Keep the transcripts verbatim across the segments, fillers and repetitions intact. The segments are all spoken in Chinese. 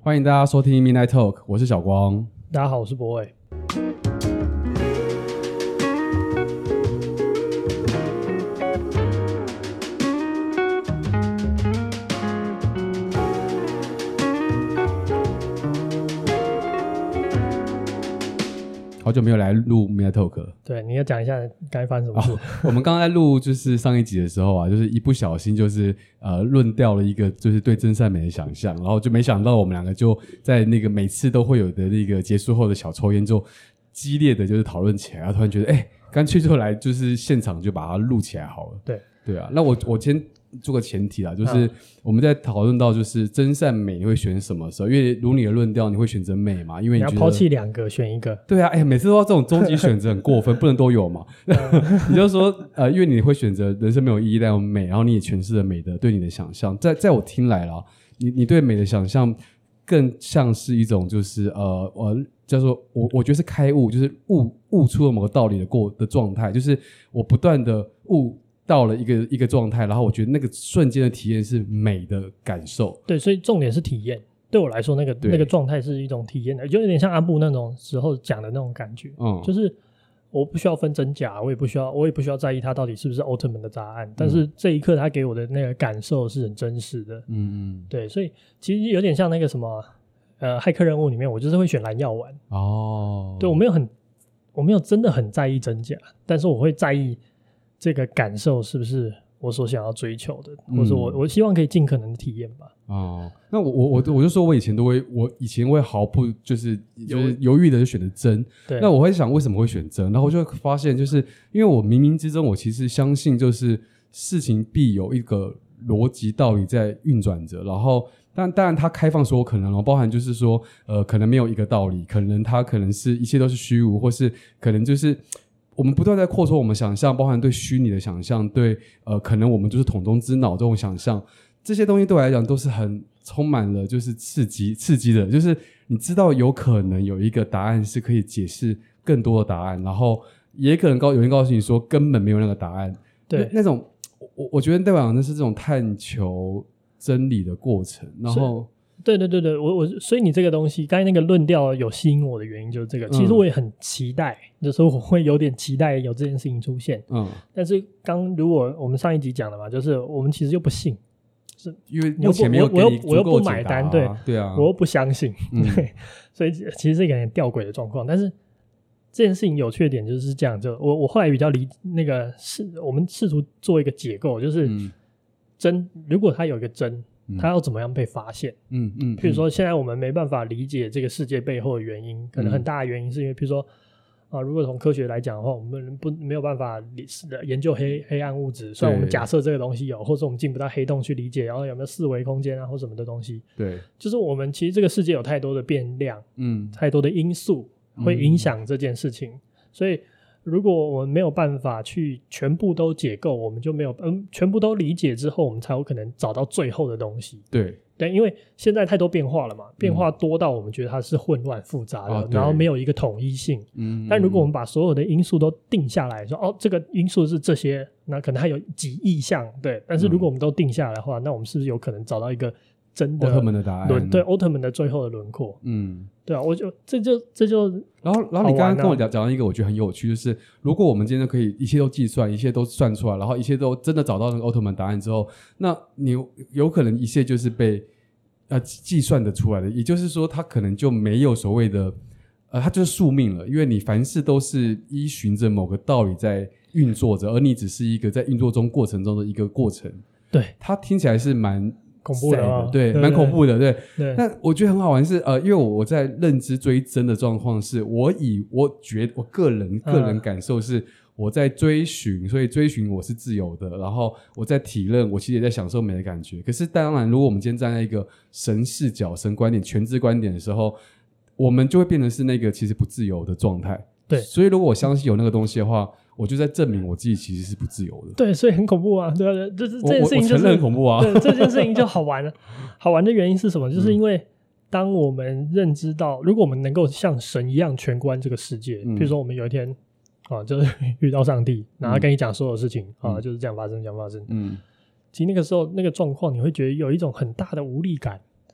欢迎大家收听 Midnight Talk， 我是小光。 大家好，我是博伟。 好久没有来录 Midnight Talk 了。 对，你要讲一下该发生什么事、哦、 我们刚刚在录就是上一集的时候啊，就是一不小心就是呃论掉了一个就是对真善美的想象，然后就没想到我们两个就在那个每次都会有的那个结束后的小抽烟就激烈的就是讨论起来，然后突然觉得哎，干脆就来就是现场就把它录起来好了。 对对啊，那我我先做个前提啦，就是我们在讨论到就是真善美你会选什么时候，因为如你的论调你会选择美嘛，因为 你, 你要抛弃两个选一个。 对啊，哎，每次都要这种终极选择很过分不能都有嘛你就说呃，因为你会选择人生没有意义但有美，然后你也诠释了美的对你的想象，在在我听来啦，你你对美的想象更像是一种就是呃呃叫做我我觉得是开悟，就是悟悟出了某个道理的过的状态，就是我不断的悟到了一个一个状态，然后我觉得那个瞬间的体验是美的感受。 对，所以重点是体验。对我来说，那个那个状态是一种体验的，就有点像阿布那种时候讲的那种感觉。嗯，就是我不需要分真假，我也不需要，我也不需要在意它到底是不是奥特曼的答案，但是这一刻他给我的那个感受是很真实的。嗯嗯，对，所以其实有点像那个什么呃骇客任务里面，我就是会选蓝药丸。哦，对，我没有很我没有真的很在意真假，但是我会在意这个感受是不是我所想要追求的，或者我、嗯、我希望可以尽可能的体验吧。 哦，那我我我我就说我以前都会，我以前会毫不就是就是犹豫的就选择真。对，那我会想为什么会选真，然后我就会发现就是因为我冥冥之中我其实相信就是事情必有一个逻辑道理在运转着，然后但当然它开放所有可能了，包含就是说呃可能没有一个道理，可能它可能是一切都是虚无，或是可能就是我们不断在扩充我们想象，包含对虚拟的想象，对呃可能我们就是桶中之脑这种想象，这些东西对我来讲都是很充满了就是刺激刺激的，就是你知道有可能有一个答案是可以解释更多的答案，然后也可能告有人告诉你说根本没有那个答案。对，那, 那种我我觉得对我来讲那是这种探求真理的过程，然后对对对对，我我所以你这个东西刚才那个论调有吸引我的原因就是这个、嗯、其实我也很期待，就是我会有点期待有这件事情出现。嗯，但是刚如果我们上一集讲的嘛，就是我们其实又不信，是因为目前没有给你足够解答、啊、 我, 又我又不买单，对对啊， 我又不相信、嗯、对，所以其实是一个很吊诡的状况。但是这件事情有缺点就是这样，就我我后来比较理那个是我们试图做一个解构，就是真、嗯、如果它有一个真，它要怎么样被发现？嗯嗯，譬如说现在我们没办法理解这个世界背后的原因，可能很大的原因是因为譬如说啊，如果从科学来讲的话，我们不没有办法研究黑黑暗物质，虽然我们假设这个东西有，或者我们进不到黑洞去理解，然后有没有四维空间啊或什么的东西。对，就是我们其实这个世界有太多的变量，嗯，太多的因素会影响这件事情，嗯、所以如果我们没有办法去全部都解构，我们就没有嗯，全部都理解之后，我们才有可能找到最后的东西。对对，因为现在太多变化了嘛，变化多到我们觉得它是混乱复杂的、嗯、然后没有一个统一性。嗯，但如果我们把所有的因素都定下来，说哦，这个因素是这些，那可能还有几亿项，对。但是如果我们都定下来的话，嗯、那我们是不是有可能找到一个真的奥特曼的答案？ 对，奥特曼的最后的轮廓。嗯，对啊，我就这就这就、啊、 然后然后你刚刚跟我讲讲到一个我觉得很有趣，就是如果我们今天可以一切都计算，一切都算出来，然后一切都真的找到那个奥特曼答案之后，那你有可能一切就是被呃计算的出来的，也就是说它可能就没有所谓的呃它就是宿命了，因为你凡事都是依循着某个道理在运作着，而你只是一个在运作中过程中的一个过程。对，它听起来是蛮恐怖的、哦、 对，蛮恐怖的，对对。但我觉得很好玩是呃，因为我在认知追真的状况是，我以我觉得我个人个人感受是我在追寻，所以追寻我是自由的，然后我在体认，我其实也在享受美的感觉。可是当然，如果我们今天站在一个神视角、神观点、全知观点的时候，我们就会变成是那个其实不自由的状态。对，所以如果我相信有那个东西的话，我就在证明我自己其实是不自由的。 对，所以很恐怖啊！对啊，这这件事情就是我我承认很恐怖啊。 对，这件事情就好玩了。好玩的原因是什么？就是因为当我们认知到，如果我们能够像神一样全观这个世界，嗯、比如说我们有一天啊，就是遇到上帝，然后跟你讲所有事情、嗯、啊，就是这样发生，这样发生。嗯，其实那个时候那个状况，你会觉得有一种很大的无力感。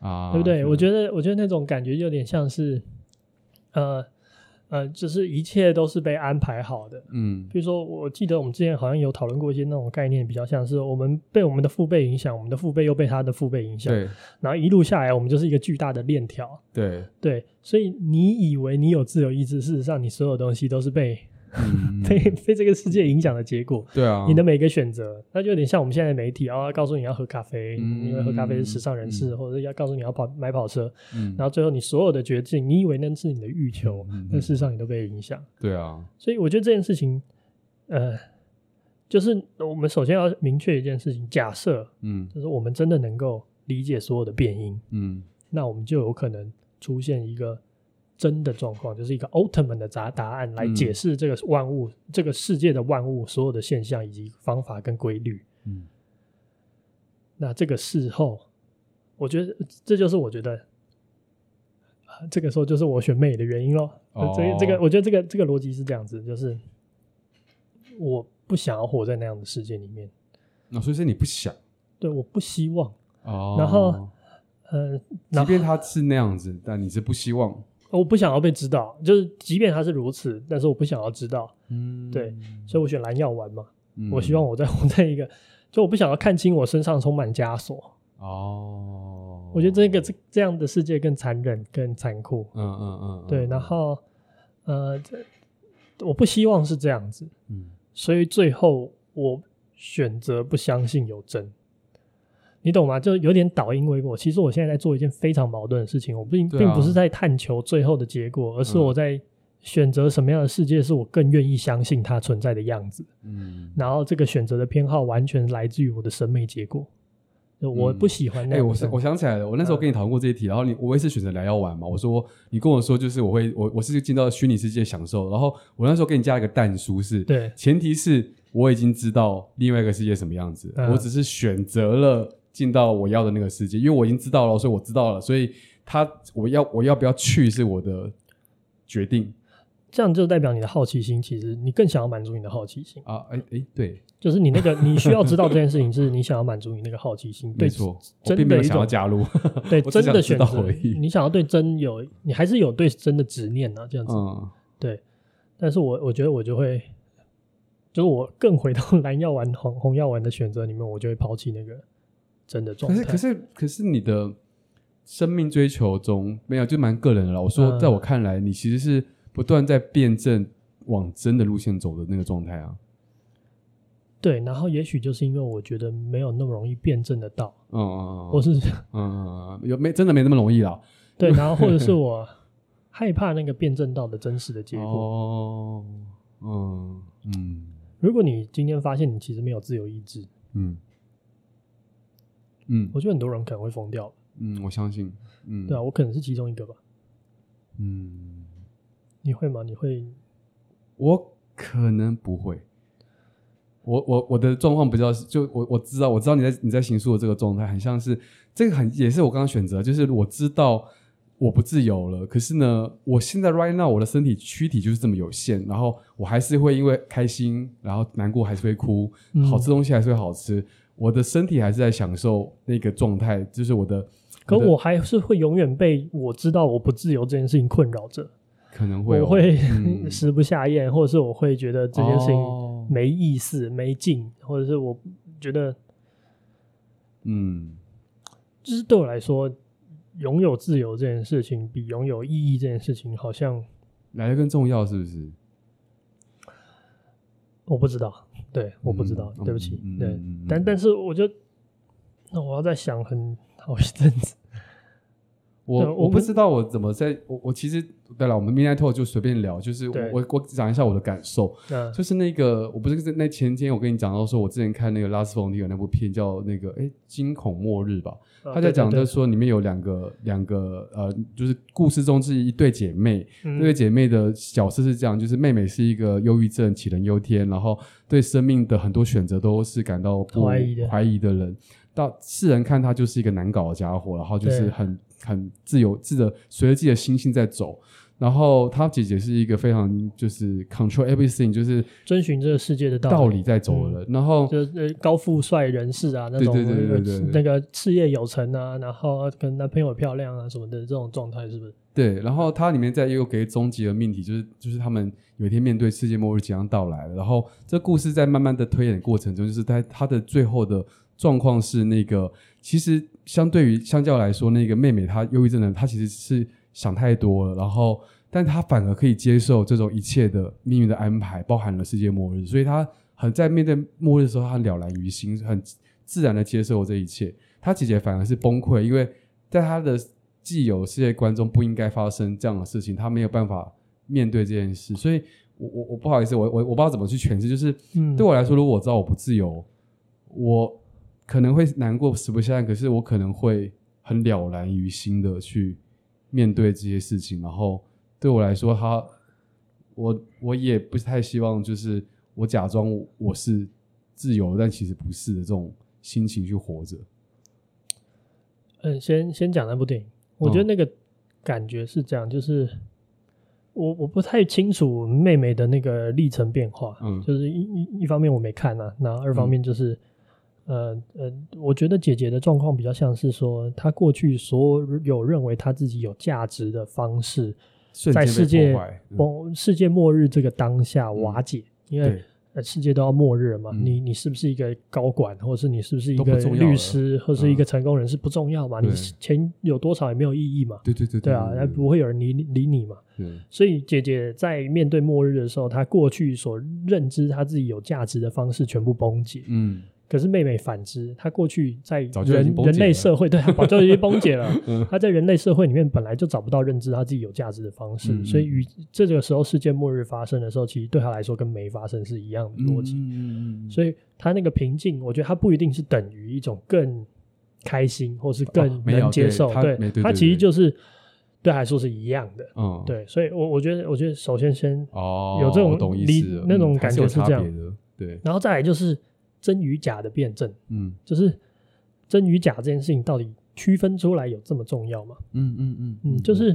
啊， 对不对？我觉得，我觉得那种感觉有点像是，呃呃，就是一切都是被安排好的。嗯，比如说，我记得我们之前好像有讨论过一些那种概念，比较像是我们被我们的父辈影响，我们的父辈又被他的父辈影响，对，然后一路下来，我们就是一个巨大的链条。对对，所以你以为你有自由意志，事实上你所有东西都是被。嗯、被被这个世界影响的结果，对啊，你的每个选择，那就有点像我们现在的媒体，然后告诉你要喝咖啡，嗯、因为喝咖啡是时尚人士，嗯、或者要告诉你要跑买跑车，嗯、然后最后你所有的决定，你以为那是你的欲求，嗯、但事实上你都被影响。对啊，所以我觉得这件事情，呃，就是我们首先要明确一件事情，假设，嗯，就是我们真的能够理解所有的变因，嗯，那我们就有可能出现一个。真的状况就是一个 ultimate 的答答案来解释这个万物、嗯、这个世界的万物所有的现象以及方法跟规律。嗯，那这个事后，我觉得这就是我觉得，呃、这个时候就是我选妹的原因咯。哦，这个这个，我觉得这个这个逻辑是这样子，就是我不想要活在那样的世界里面。 那、哦、所以是你不想？ 对，我不希望。哦，然后呃， 即便他是那样子，但你是不希望。 我不想要被知道，就是即便他是如此，但是我不想要知道。嗯，对，所以我选蓝药丸嘛。嗯、我希望我在我在一个，就我不想要看清我身上充满枷锁。哦，我觉得这个这这样的世界更残忍、更残酷。嗯嗯嗯，对。然后呃，我不希望是这样子。嗯，所以最后我选择不相信有真。你懂吗？就有点倒因为果。其实我现在在做一件非常矛盾的事情，我并、啊、并不是在探求最后的结果，而是我在选择什么样的世界是我更愿意相信它存在的样子。嗯，然后这个选择的偏好完全来自于我的审美结果。我不喜欢那样、 嗯欸、我, 我想起来了，我那时候跟你讨论过这一题、嗯、然后你我也是选择蓝药丸嘛。我说你跟我说就是我会我我是进到虚拟世界享受，然后我那时候给你加了一个但书，是对，前提是我已经知道另外一个世界什么样子、嗯、我只是选择了进到我要的那个世界，因为我已经知道了，所以我知道了，所以他我要我要不要去是我的决定。 这样就代表你的好奇心，其实你更想要满足你的好奇心啊！哎哎，对， 就是你那个你需要知道这件事情，是你想要满足你那个好奇心。 没错，我并没有想要加入， 对真的选择，你想要对真有，你还是有对真的执念啊，这样子。嗯，对。但是我我觉得我就会，就是我更回到蓝药丸、红红药丸的选择里面，我就会抛弃那个。真的状态。 可是可是可是你的生命追求中没有，就蛮个人的啦。我说在我看来、嗯、你其实是不断在辩证往真的路线走的那个状态啊。 对，然后也许就是因为我觉得没有那么容易辩证得到，嗯嗯嗯，或是嗯有没真的没那么容易啦。 对，然后或者是我害怕那个辩证到的真实的结果。哦，嗯嗯。如果你今天发现你其实没有自由意志，嗯。嗯，我觉得很多人可能会疯掉。 嗯，我相信。嗯， 对啊，我可能是其中一个吧。嗯，你会吗？你会？ 我可能不会。我我我的状况比较，就我我知道，我知道你在你在形塑的这个状态，很像是这个很也是我刚刚选择，就是我知道我不自由了，可是呢，我现在 right now 我的身体躯体就是这么有限，然后我还是会因为开心，然后难过还是会哭，嗯、好吃东西还是会好吃。我的身体还是在享受那个状态，就是我的， 可我还是会永远被我知道我不自由这件事情困扰着， 可能会、哦、 我会、嗯、食不下咽，或者是我会觉得这件事情没意思、哦、没劲，或者是我觉得，嗯，就是对我来说，拥有自由这件事情比拥有意义这件事情好像来得更重要，是不是？ 我不知道。对，我不知道，嗯、对不起。嗯、对，嗯、但但是我就，那我要再想很好一阵子。 我我不知道我怎么在，我我其实对了，我们 Midnight Talk 就随便聊，就是我我我讲一下我的感受，嗯、就是那个我不是那前天我跟你讲到说，我之前看那个拉斯冯提尔那部片叫那个哎惊恐末日吧，他在讲就是说里面有两个两个呃，就是故事中是一对姐妹，嗯、那对姐妹的角色是这样，就是妹妹是一个忧郁症杞人忧天，然后对生命的很多选择都是感到不怀疑的怀疑的人，到世人看他就是一个难搞的家伙，然后就是很很自由自的随着自己的心性在走， 然后他姐姐是一个非常就是 control everything， 就是遵循这个世界的道理道理在走的人、嗯、然后就是高富帅人士啊那种，对对对对对对，那个事业有成啊，然后可能男朋友漂亮啊什么的这种状态，是不是？ 对，然后他里面在又给终极的命题，就是就是他们有一天面对世界末日即将到来了，然后这故事在慢慢的推演过程中，就是在他的最后的状况是那个，其实相对于相较来说，那个妹妹她忧郁症的，她其实是想太多了，然后但她反而可以接受这种一切的命运的安排，包含了世界末日，所以她很在面对末日的时候，她很了然于心，很自然的接受这一切。她姐姐反而是崩溃，因为在她的既有世界观中不应该发生这样的事情，她没有办法面对这件事，所以我我我不好意思，我我我不知道怎么去诠释，就是、嗯、对我来说，如果我知道我不自由，我可能会难过食不下咽，可是我可能会很了然于心的去面对这些事情，然后对我来说他我我也不太希望就是我假装我是自由但其实不是的这种心情去活着。 嗯，先先讲那部电影，我觉得那个感觉是这样、嗯、就是我我不太清楚妹妹的那个历程变化，嗯，就是一一一方面我没看啊，那二方面就是、嗯、呃呃，我觉得姐姐的状况比较像是说，她过去所有认为她自己有价值的方式，在世界、嗯、世界末日这个当下瓦解，嗯、因为世界都要末日了嘛、嗯、你你是不是一个高管，或者是你是不是一个律师，或是一个成功人士不重要嘛、嗯、你钱有多少也没有意义嘛， 对对对 对, 对啊，不会有人理理你嘛，所以姐姐在面对末日的时候，她过去所认知她自己有价值的方式全部崩解，嗯，可是妹妹反之，她过去在 人, 人类社会，对，早就已经崩解了嗯、她在人类社会里面本来就找不到认知她自己有价值的方式、嗯、所以与这个时候世界末日发生的时候，其实对她来说跟没发生是一样的逻辑、嗯、所以她那个平静，我觉得她不一定是等于一种更开心或是更能接受、哦、对，她其实就是对她来说是一样的、嗯、对，所以我我觉得我觉得首先先有这种、哦、那种感觉是这样、嗯、 对， 然后再来就是真与假的辩证，嗯，就是真与假这件事情到底区分出来有这么重要吗？嗯嗯嗯嗯，就是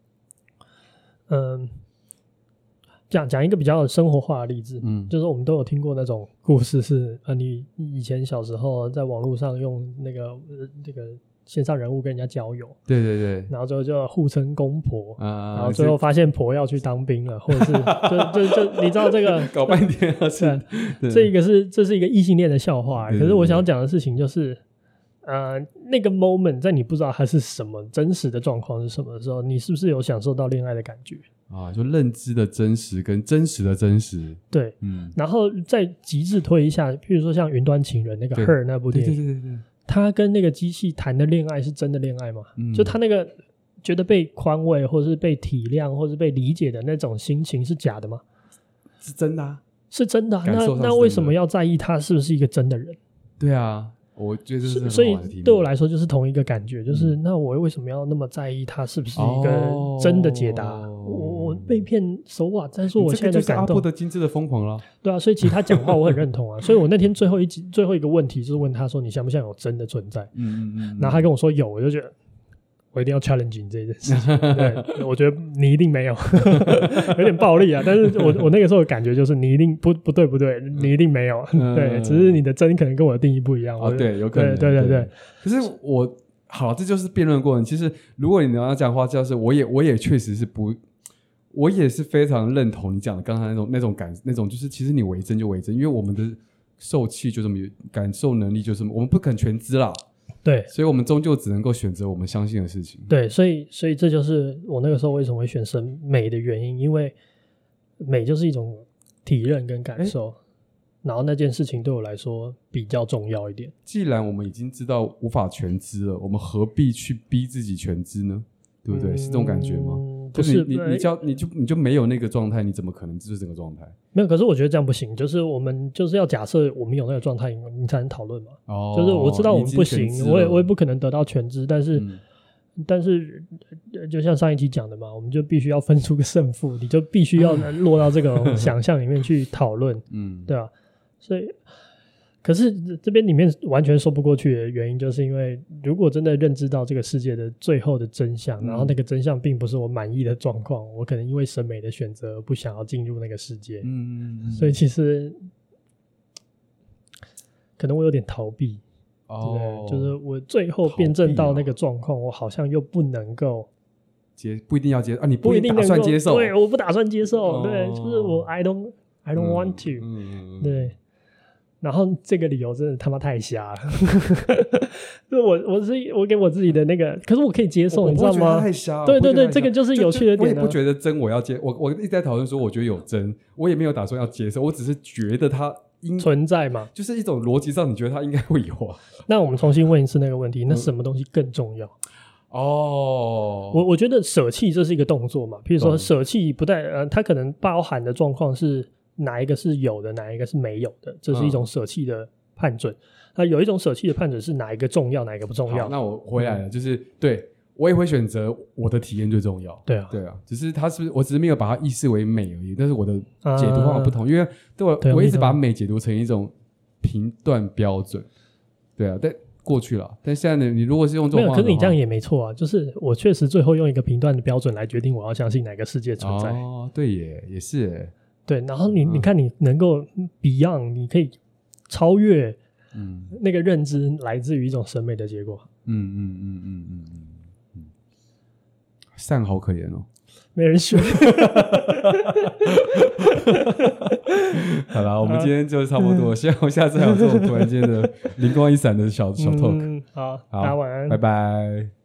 嗯，讲讲一个比较生活化的例子，嗯，就是我们都有听过那种故事是，呃，你以前小时候在网络上用那个呃这个线上人物跟人家交友， 对对对， 然后最后就互称公婆、啊、然后最后发现婆要去当兵了，或者是就就就你知道这个搞半天啊，是这一个是这是一个异性恋的笑话，可是我想要讲的事情就是呃，那个 moment 在你不知道它是什么真实的状况是什么的时候，你是不是有享受到恋爱的感觉啊？就认知的真实跟真实的真实， 对，嗯，然后再极致推一下，譬如说像云端情人那个 Her 那部电影，对对对对对，他跟那个机器谈的恋爱是真的恋爱吗、嗯、就他那个觉得被宽慰或是被体谅或是被理解的那种心情是假的吗？ 是真的啊， 是真的、啊、那, 那为什么要在意他是不是一个真的人？ 对啊，我觉得这是很好所以的题目， 对我来说就是同一个感觉，就是、嗯、那我为什么要那么在意他是不是一个真的解答、哦、我, 我被骗手瓦再说我现在的感动，这个就是阿布的精致的疯狂啦。 对啊，所以其实他讲话我很认同啊所以我那天最后一集最后一个问题就是问他说你相不相信有真的存在，嗯嗯嗯，然后他跟我说有，我就觉得我一定要 challenge 你这件事情对，我觉得你一定没有有点暴力啊，但是我我那个时候的感觉就是你一定不不对不对你一定没有、嗯、对，只是你的真可能跟我的定义不一样、 哦、对，有可能， 对对 对, 对, 对。 可是我好，这就是辩论过程。其实如果你要讲话就是我也我也确实是不我也是非常认同你讲的刚才那种那种感那种就是其实你为真就为真，因为我们的受气就这么感受能力就是我们不肯全知啦， 对， 所以我们终究只能够选择我们相信的事情。 对，所以所以这就是我那个时候为什么会选审美的原因，因为美就是一种体认跟感受，然后那件事情对我来说比较重要一点。既然我们已经知道无法全知了，我们何必去逼自己全知呢？对不对？嗯、是这种感觉吗？不是，你你你就你就你就没有那个状态，你怎么可能知道这个状态？没有，可是我觉得这样不行。就是我们就是要假设我们有那个状态，你才能讨论嘛。哦，就是我知道我们不行，我也我也不可能得到全知，但是、嗯、但是就像上一期讲的嘛，我们就必须要分出个胜负，你就必须要落到这个想象里面去讨论。嗯，对啊，所以可是这边里面完全说不过去的原因，就是因为如果真的认知到这个世界的最后的真相，嗯、然后那个真相并不是我满意的状况，我可能因为审美的选择不想要进入那个世界，嗯，所以其实可能我有点逃避，哦，对，就是我最后辩证到那个状况，我好像又不能够接，不一定要接啊，你不一定打算接受， 对，我不打算接受，哦、对，就是我 I don't I don't want to，嗯，对。然后这个理由真的他妈太瞎了，就我我是我给我自己的那个，可是我可以接受，你知道吗？ 太瞎了， 对对对，这个就是有趣的点、 啊。我也不觉得真我要接，我我一直在讨论说，我觉得有真，我也没有打算要接受，我只是觉得它应存在嘛， 就是一种逻辑上，你觉得它应该会有啊。 那我们重新问一次那个问题，那什么东西更重要？ 嗯、哦， 我我觉得舍弃这是一个动作嘛，譬如说舍弃不带呃，它可能包含的状况是。哪一个是有的，哪一个是没有的，这是一种舍弃的判准。那、嗯、有一种舍弃的判准是哪一个重要，哪一个不重要。 那我回来了，嗯、就是对我也会选择我的体验最重要。 对啊， 对啊，只是它是我只是没有把它意识为美而已，但是我的解读方法不同，啊、因为对我对我一直把美解读成一种评断标准。对啊，但过去了，但现在呢，你如果是用这种方法， 没有，可是你这样也没错啊。就是我确实最后用一个评断的标准来决定我要相信哪个世界存在。 哦，对耶，也是耶。 对，然后你、嗯、你看你能够 beyond， 你可以超越，嗯，那个认知来自于一种审美的结果。 嗯嗯嗯嗯嗯嗯嗯，善好可怜哦， 没人选。 好啦，我们今天就差不多，希望下次还有这种突然间的灵光一闪的小小 talk。 嗯，好， 好， 大家晚安， 拜拜。